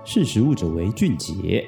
识时务者为俊杰。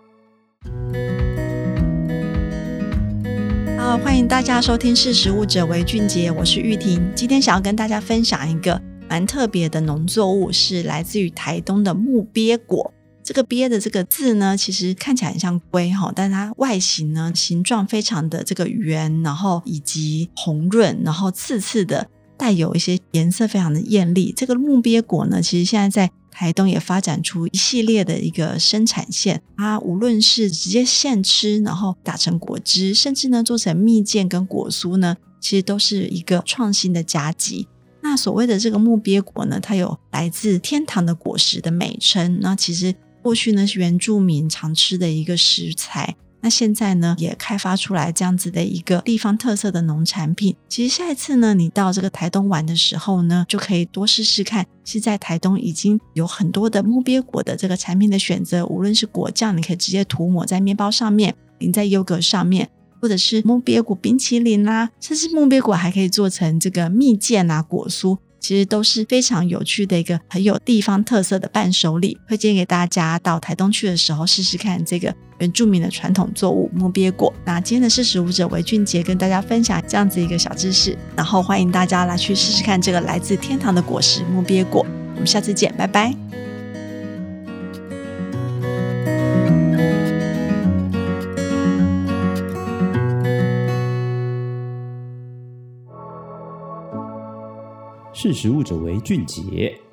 好，欢迎大家收听识时务者为俊杰，我是玉婷。今天想要跟大家分享一个蛮特别的农作物，是来自于台东的木鳖果。这个鳖的这个字呢，其实看起来很像龟，但是它外形呢，形状非常的这个圆，然后以及红润，然后刺刺的，带有一些颜色非常的艳丽。这个木鳖果呢，其实现在在台东也发展出一系列的一个生产线，它无论是直接现吃，然后打成果汁，甚至呢做成蜜饯跟果酥呢，其实都是一个创新的佳绩。那所谓的这个木鳖果呢，它有来自天堂的果实的美称，那其实过去呢是原住民常吃的一个食材，那现在呢也开发出来这样子的一个地方特色的农产品。其实下一次呢你到这个台东玩的时候呢，就可以多试试看，是在台东已经有很多的木鳖果的这个产品的选择，无论是果酱你可以直接涂抹在面包上面，淋在优格上面，或者是木鳖果冰淇淋啦，甚至木鳖果还可以做成这个蜜饯啊果酥，其实都是非常有趣的一个很有地方特色的伴手礼，推荐给大家到台东去的时候试试看这个原住民的传统作物木鳖果。那今天的识时务者为俊杰跟大家分享这样子一个小知识，然后欢迎大家来去试试看这个来自天堂的果实木鳖果。我们下次见，拜拜。 识时务者为俊杰。